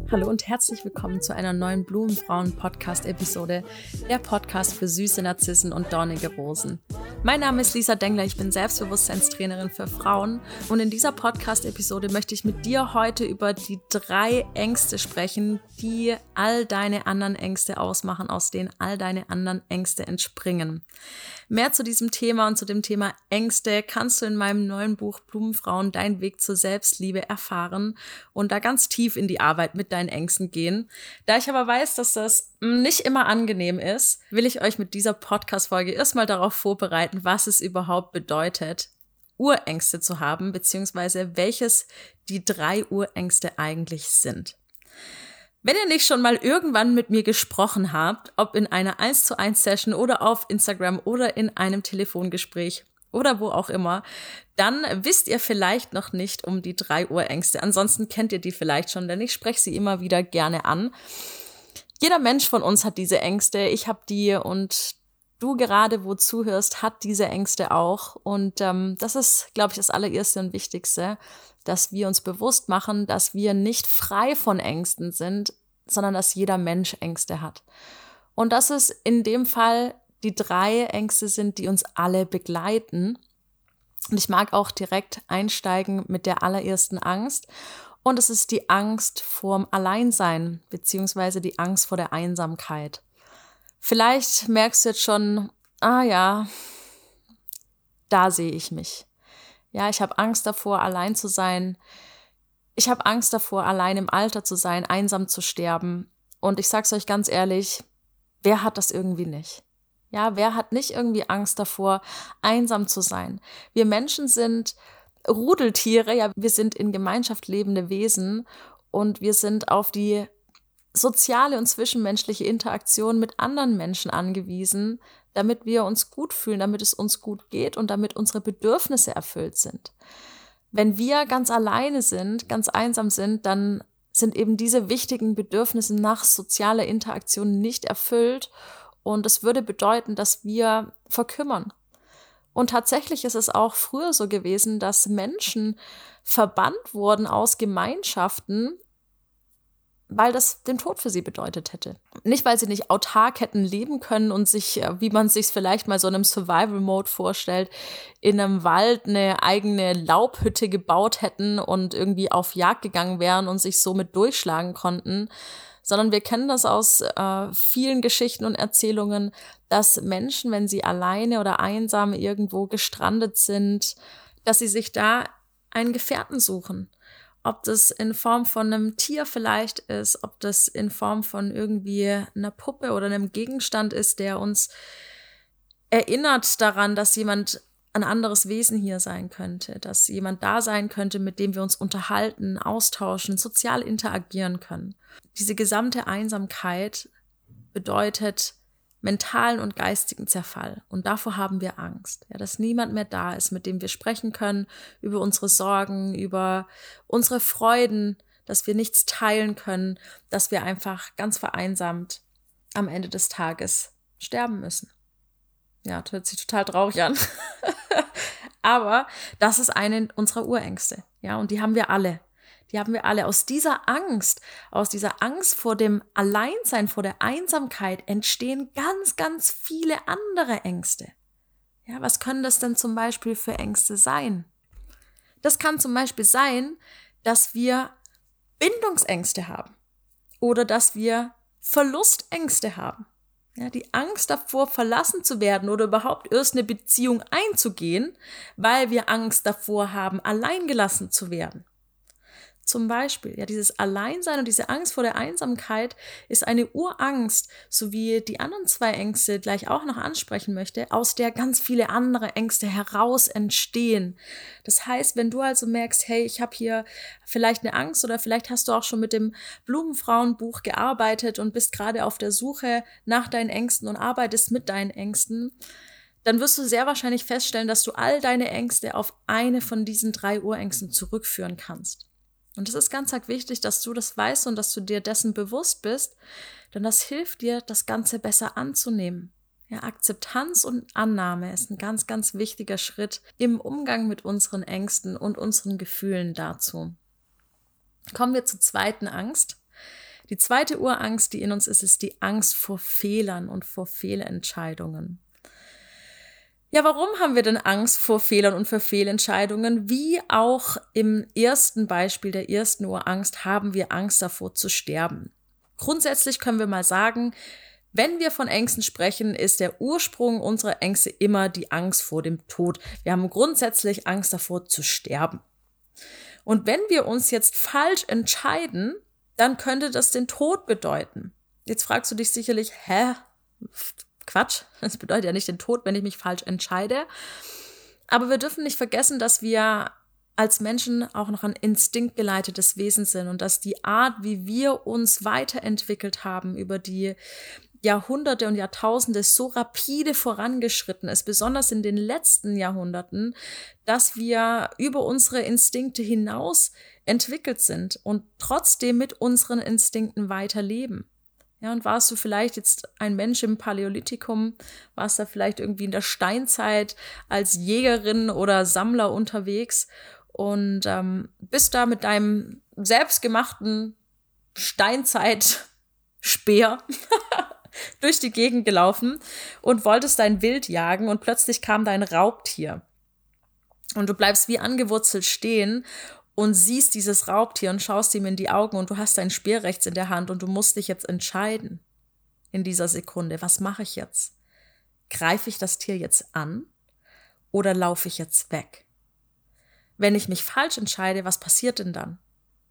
Hallo und herzlich willkommen zu einer neuen Blumenfrauen-Podcast-Episode, der Podcast für süße Narzissen und dornige Rosen. Mein Name ist Lisa Dengler, ich bin Selbstbewusstseinstrainerin für Frauen und in dieser Podcast-Episode möchte ich mit dir heute über die 3 Ängste sprechen, die all deine anderen Ängste ausmachen, aus denen all deine anderen Ängste entspringen. Mehr zu diesem Thema und zu dem Thema Ängste kannst du in meinem neuen Buch Blumenfrauen, dein Weg zur Selbstliebe erfahren und da ganz tief in die Arbeit mit deinen Ängsten gehen. Da ich aber weiß, dass das nicht immer angenehm ist, will ich euch mit dieser Podcast-Folge erstmal darauf vorbereiten, was es überhaupt bedeutet, Urängste zu haben, beziehungsweise welches die 3 Urängste eigentlich sind. Wenn ihr nicht schon mal irgendwann mit mir gesprochen habt, ob in einer 1:1 Session oder auf Instagram oder in einem Telefongespräch oder wo auch immer, dann wisst ihr vielleicht noch nicht um die 3 Urängste. Ansonsten kennt ihr die vielleicht schon, denn ich spreche sie immer wieder gerne an. Jeder Mensch von uns hat diese Ängste. Ich habe die und du gerade, wo zuhörst, hat diese Ängste auch. Und das ist, glaube ich, das Allererste und Wichtigste, dass wir uns bewusst machen, dass wir nicht frei von Ängsten sind, sondern dass jeder Mensch Ängste hat. Und dass es in dem Fall die 3 Ängste sind, die uns alle begleiten. Und ich mag auch direkt einsteigen mit der allerersten Angst. Und es ist die Angst vorm Alleinsein, beziehungsweise die Angst vor der Einsamkeit. Vielleicht merkst du jetzt schon, da sehe ich mich. Ja, ich habe Angst davor, allein zu sein. Ich habe Angst davor, allein im Alter zu sein, einsam zu sterben. Und ich sag's euch ganz ehrlich, wer hat das irgendwie nicht? Ja, wer hat nicht irgendwie Angst davor, einsam zu sein? Wir Menschen sind Rudeltiere, ja, wir sind in Gemeinschaft lebende Wesen und wir sind auf die soziale und zwischenmenschliche Interaktion mit anderen Menschen angewiesen, damit wir uns gut fühlen, damit es uns gut geht und damit unsere Bedürfnisse erfüllt sind. Wenn wir ganz alleine sind, ganz einsam sind, dann sind eben diese wichtigen Bedürfnisse nach sozialer Interaktion nicht erfüllt und es würde bedeuten, dass wir verkümmern. Und tatsächlich ist es auch früher so gewesen, dass Menschen verbannt wurden aus Gemeinschaften, weil das den Tod für sie bedeutet hätte. Nicht, weil sie nicht autark hätten leben können und sich, wie man sich vielleicht mal so in einem Survival-Mode vorstellt, in einem Wald eine eigene Laubhütte gebaut hätten und irgendwie auf Jagd gegangen wären und sich somit durchschlagen konnten, sondern wir kennen das aus vielen Geschichten und Erzählungen, dass Menschen, wenn sie alleine oder einsam irgendwo gestrandet sind, dass sie sich da einen Gefährten suchen. Ob das in Form von einem Tier vielleicht ist, ob das in Form von irgendwie einer Puppe oder einem Gegenstand ist, der uns erinnert daran, dass jemand ein anderes Wesen hier sein könnte, dass jemand da sein könnte, mit dem wir uns unterhalten, austauschen, sozial interagieren können. Diese gesamte Einsamkeit bedeutet mentalen und geistigen Zerfall. Und davor haben wir Angst, ja, dass niemand mehr da ist, mit dem wir sprechen können, über unsere Sorgen, über unsere Freuden, dass wir nichts teilen können, dass wir einfach ganz vereinsamt am Ende des Tages sterben müssen. Ja, das hört sich total traurig an. Aber das ist eine unserer Urängste, ja, und die haben wir alle. Die haben wir alle. Aus dieser Angst vor dem Alleinsein, vor der Einsamkeit entstehen ganz, ganz viele andere Ängste. Ja, was können das denn zum Beispiel für Ängste sein? Das kann zum Beispiel sein, dass wir Bindungsängste haben oder dass wir Verlustängste haben. Ja, die Angst davor, verlassen zu werden oder überhaupt erst eine Beziehung einzugehen, weil wir Angst davor haben, allein gelassen zu werden. Zum Beispiel, ja, dieses Alleinsein und diese Angst vor der Einsamkeit ist eine Urangst, so wie die anderen 2 Ängste gleich auch noch ansprechen möchte, aus der ganz viele andere Ängste heraus entstehen. Das heißt, wenn du also merkst, hey, ich habe hier vielleicht eine Angst oder vielleicht hast du auch schon mit dem Blumenfrauenbuch gearbeitet und bist gerade auf der Suche nach deinen Ängsten und arbeitest mit deinen Ängsten, dann wirst du sehr wahrscheinlich feststellen, dass du all deine Ängste auf eine von diesen 3 Urängsten zurückführen kannst. Und es ist ganz wichtig, dass du das weißt und dass du dir dessen bewusst bist, denn das hilft dir, das Ganze besser anzunehmen. Ja, Akzeptanz und Annahme ist ein ganz, ganz wichtiger Schritt im Umgang mit unseren Ängsten und unseren Gefühlen dazu. Kommen wir zur zweiten Angst. Die zweite Urangst, die in uns ist die Angst vor Fehlern und vor Fehlentscheidungen. Ja, warum haben wir denn Angst vor Fehlern und vor Fehlentscheidungen? Wie auch im ersten Beispiel der ersten Urangst haben wir Angst davor zu sterben. Grundsätzlich können wir mal sagen, wenn wir von Ängsten sprechen, ist der Ursprung unserer Ängste immer die Angst vor dem Tod. Wir haben grundsätzlich Angst davor zu sterben. Und wenn wir uns jetzt falsch entscheiden, dann könnte das den Tod bedeuten. Jetzt fragst du dich sicherlich, Quatsch, das bedeutet ja nicht den Tod, wenn ich mich falsch entscheide. Aber wir dürfen nicht vergessen, dass wir als Menschen auch noch ein instinktgeleitetes Wesen sind und dass die Art, wie wir uns weiterentwickelt haben über die Jahrhunderte und Jahrtausende so rapide vorangeschritten ist, besonders in den letzten Jahrhunderten, dass wir über unsere Instinkte hinaus entwickelt sind und trotzdem mit unseren Instinkten weiterleben. Ja, und warst du vielleicht jetzt ein Mensch im Paläolithikum, warst da vielleicht irgendwie in der Steinzeit als Jägerin oder Sammler unterwegs und bist da mit deinem selbstgemachten Steinzeit-Speer durch die Gegend gelaufen und wolltest dein Wild jagen und plötzlich kam dein Raubtier. Und du bleibst wie angewurzelt stehen und siehst dieses Raubtier und schaust ihm in die Augen und du hast dein Speer rechts in der Hand und du musst dich jetzt entscheiden in dieser Sekunde. Was mache ich jetzt? Greife ich das Tier jetzt an oder laufe ich jetzt weg? Wenn ich mich falsch entscheide, was passiert denn dann?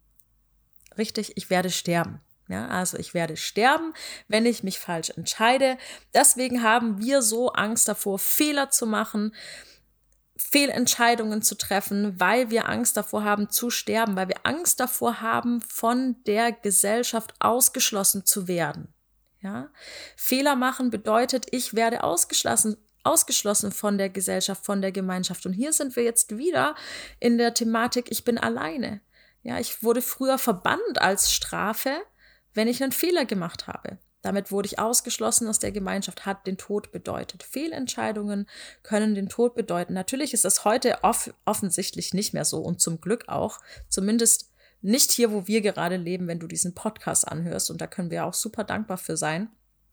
Richtig, ich werde sterben. Ja, also ich werde sterben, wenn ich mich falsch entscheide. Deswegen haben wir so Angst davor, Fehler zu machen, Fehlentscheidungen zu treffen, weil wir Angst davor haben zu sterben, weil wir Angst davor haben, von der Gesellschaft ausgeschlossen zu werden. Ja? Fehler machen bedeutet, ich werde ausgeschlossen von der Gesellschaft, von der Gemeinschaft. Und hier sind wir jetzt wieder in der Thematik, ich bin alleine. Ja, ich wurde früher verbannt als Strafe, wenn ich einen Fehler gemacht habe. Damit wurde ich ausgeschlossen aus der Gemeinschaft, hat den Tod bedeutet. Fehlentscheidungen können den Tod bedeuten. Natürlich ist das heute offensichtlich nicht mehr so und zum Glück auch, zumindest nicht hier, wo wir gerade leben, wenn du diesen Podcast anhörst. Und da können wir auch super dankbar für sein.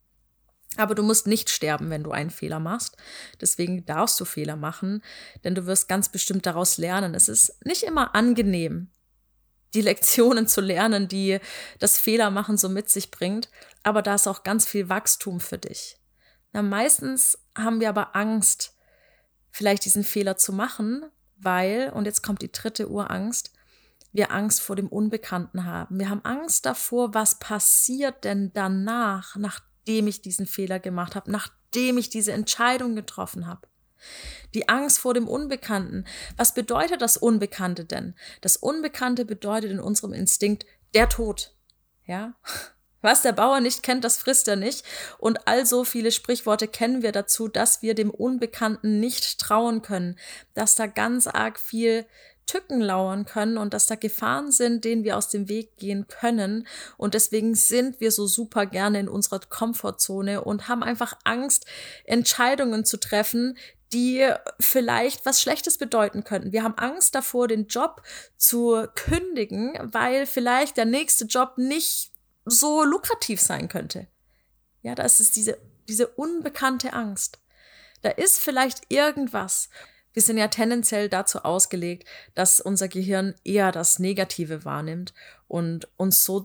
Aber du musst nicht sterben, wenn du einen Fehler machst. Deswegen darfst du Fehler machen, denn du wirst ganz bestimmt daraus lernen. Es ist nicht immer angenehm, die Lektionen zu lernen, die das Fehlermachen so mit sich bringt. Aber da ist auch ganz viel Wachstum für dich. Meistens haben wir aber Angst, vielleicht diesen Fehler zu machen, weil, und jetzt kommt die dritte Urangst, wir Angst vor dem Unbekannten haben. Wir haben Angst davor, was passiert denn danach, nachdem ich diesen Fehler gemacht habe, nachdem ich diese Entscheidung getroffen habe. Die Angst vor dem Unbekannten. Was bedeutet das Unbekannte denn? Das Unbekannte bedeutet in unserem Instinkt der Tod. Ja? Was der Bauer nicht kennt, das frisst er nicht. Und also viele Sprichworte kennen wir dazu, dass wir dem Unbekannten nicht trauen können, dass da ganz arg viel Tücken lauern können und dass da Gefahren sind, denen wir aus dem Weg gehen können. Und deswegen sind wir so super gerne in unserer Komfortzone und haben einfach Angst, Entscheidungen zu treffen, die vielleicht was Schlechtes bedeuten könnten. Wir haben Angst davor, den Job zu kündigen, weil vielleicht der nächste Job nicht so lukrativ sein könnte. Ja, da ist es diese unbekannte Angst. Da ist vielleicht irgendwas. Wir sind ja tendenziell dazu ausgelegt, dass unser Gehirn eher das Negative wahrnimmt und um uns so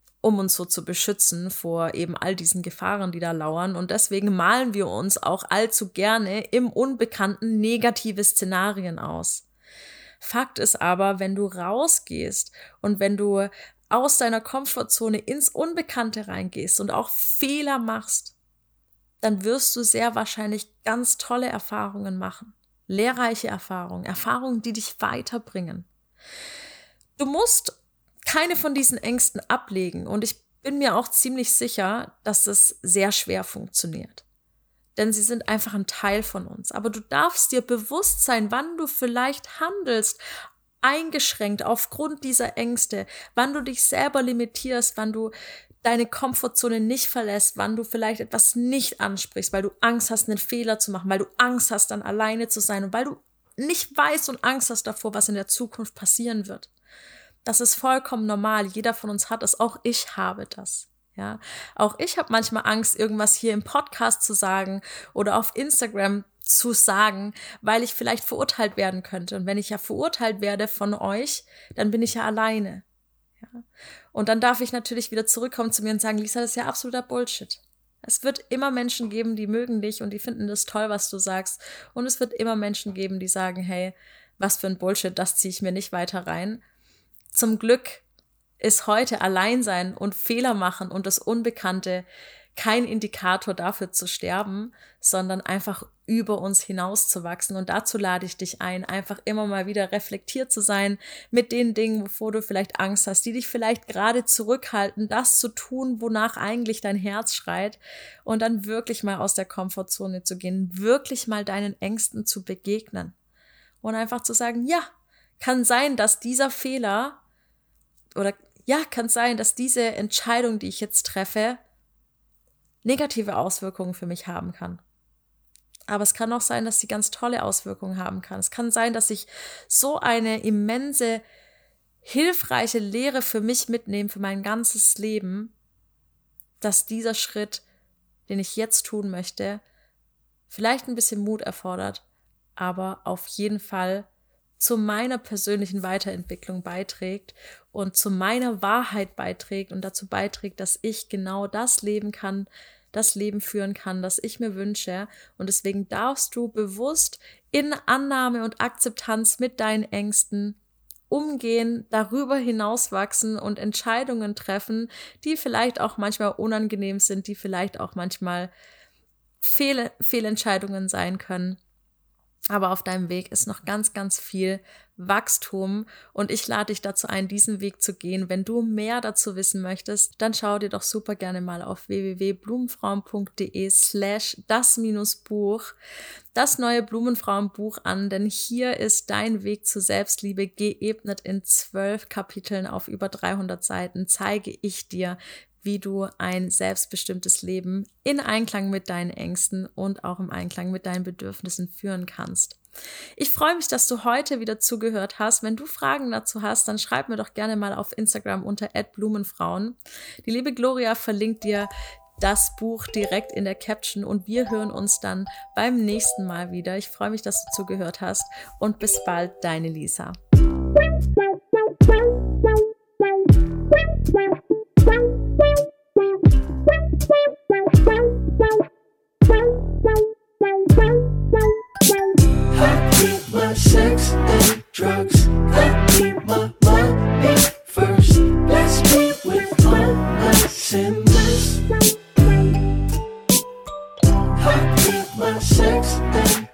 zu beschützen vor eben all diesen Gefahren, die da lauern. Und deswegen malen wir uns auch allzu gerne im Unbekannten negative Szenarien aus. Fakt ist aber, wenn du rausgehst und wenn du aus deiner Komfortzone ins Unbekannte reingehst und auch Fehler machst, dann wirst du sehr wahrscheinlich ganz tolle Erfahrungen machen. Lehrreiche Erfahrungen, die dich weiterbringen. Du musst keine von diesen Ängsten ablegen und ich bin mir auch ziemlich sicher, dass es sehr schwer funktioniert. Denn sie sind einfach ein Teil von uns. Aber du darfst dir bewusst sein, wann du vielleicht handelst, eingeschränkt aufgrund dieser Ängste, wann du dich selber limitierst, wann du deine Komfortzone nicht verlässt, wann du vielleicht etwas nicht ansprichst, weil du Angst hast, einen Fehler zu machen, weil du Angst hast, dann alleine zu sein und weil du nicht weißt und Angst hast davor, was in der Zukunft passieren wird. Das ist vollkommen normal. Jeder von uns hat es. Auch ich habe das. Ja, auch ich habe manchmal Angst, irgendwas hier im Podcast zu sagen oder auf Instagram zu sagen, weil ich vielleicht verurteilt werden könnte. Und wenn ich ja verurteilt werde von euch, dann bin ich ja alleine. Ja? Und dann darf ich natürlich wieder zurückkommen zu mir und sagen, Lisa, das ist ja absoluter Bullshit. Es wird immer Menschen geben, die mögen dich und die finden das toll, was du sagst. Und es wird immer Menschen geben, die sagen, hey, was für ein Bullshit, das ziehe ich mir nicht weiter rein. Zum Glück ist heute Alleinsein und Fehler machen und das Unbekannte kein Indikator dafür zu sterben, sondern einfach über uns hinauszuwachsen. Und dazu lade ich dich ein, einfach immer mal wieder reflektiert zu sein mit den Dingen, wovor du vielleicht Angst hast, die dich vielleicht gerade zurückhalten, das zu tun, wonach eigentlich dein Herz schreit, und dann wirklich mal aus der Komfortzone zu gehen, wirklich mal deinen Ängsten zu begegnen und einfach zu sagen, ja, kann sein, dass dieser Fehler oder ja, kann sein, dass diese Entscheidung, die ich jetzt treffe, negative Auswirkungen für mich haben kann. Aber es kann auch sein, dass sie ganz tolle Auswirkungen haben kann. Es kann sein, dass ich so eine immense, hilfreiche Lehre für mich mitnehme, für mein ganzes Leben, dass dieser Schritt, den ich jetzt tun möchte, vielleicht ein bisschen Mut erfordert, aber auf jeden Fall zu meiner persönlichen Weiterentwicklung beiträgt und zu meiner Wahrheit beiträgt und dazu beiträgt, dass ich genau das leben kann, das Leben führen kann, das ich mir wünsche. Und deswegen darfst du bewusst in Annahme und Akzeptanz mit deinen Ängsten umgehen, darüber hinauswachsen und Entscheidungen treffen, die vielleicht auch manchmal unangenehm sind, die vielleicht auch manchmal Fehlentscheidungen sein können. Aber auf deinem Weg ist noch ganz, ganz viel Wachstum und ich lade dich dazu ein, diesen Weg zu gehen. Wenn du mehr dazu wissen möchtest, dann schau dir doch super gerne mal auf www.blumenfrauen.de/das-Buch das neue Blumenfrauenbuch an, denn hier ist dein Weg zur Selbstliebe geebnet in 12 Kapiteln auf über 300 Seiten. Zeige ich dir, wie du ein selbstbestimmtes Leben in Einklang mit deinen Ängsten und auch im Einklang mit deinen Bedürfnissen führen kannst. Ich freue mich, dass du heute wieder zugehört hast. Wenn du Fragen dazu hast, dann schreib mir doch gerne mal auf Instagram unter @blumenfrauen. Die liebe Gloria verlinkt dir das Buch direkt in der Caption und wir hören uns dann beim nächsten Mal wieder. Ich freue mich, dass du zugehört hast und bis bald, deine Lisa. Sex and drugs, I keep my money first. Bless me with all my sins. I keep my sex and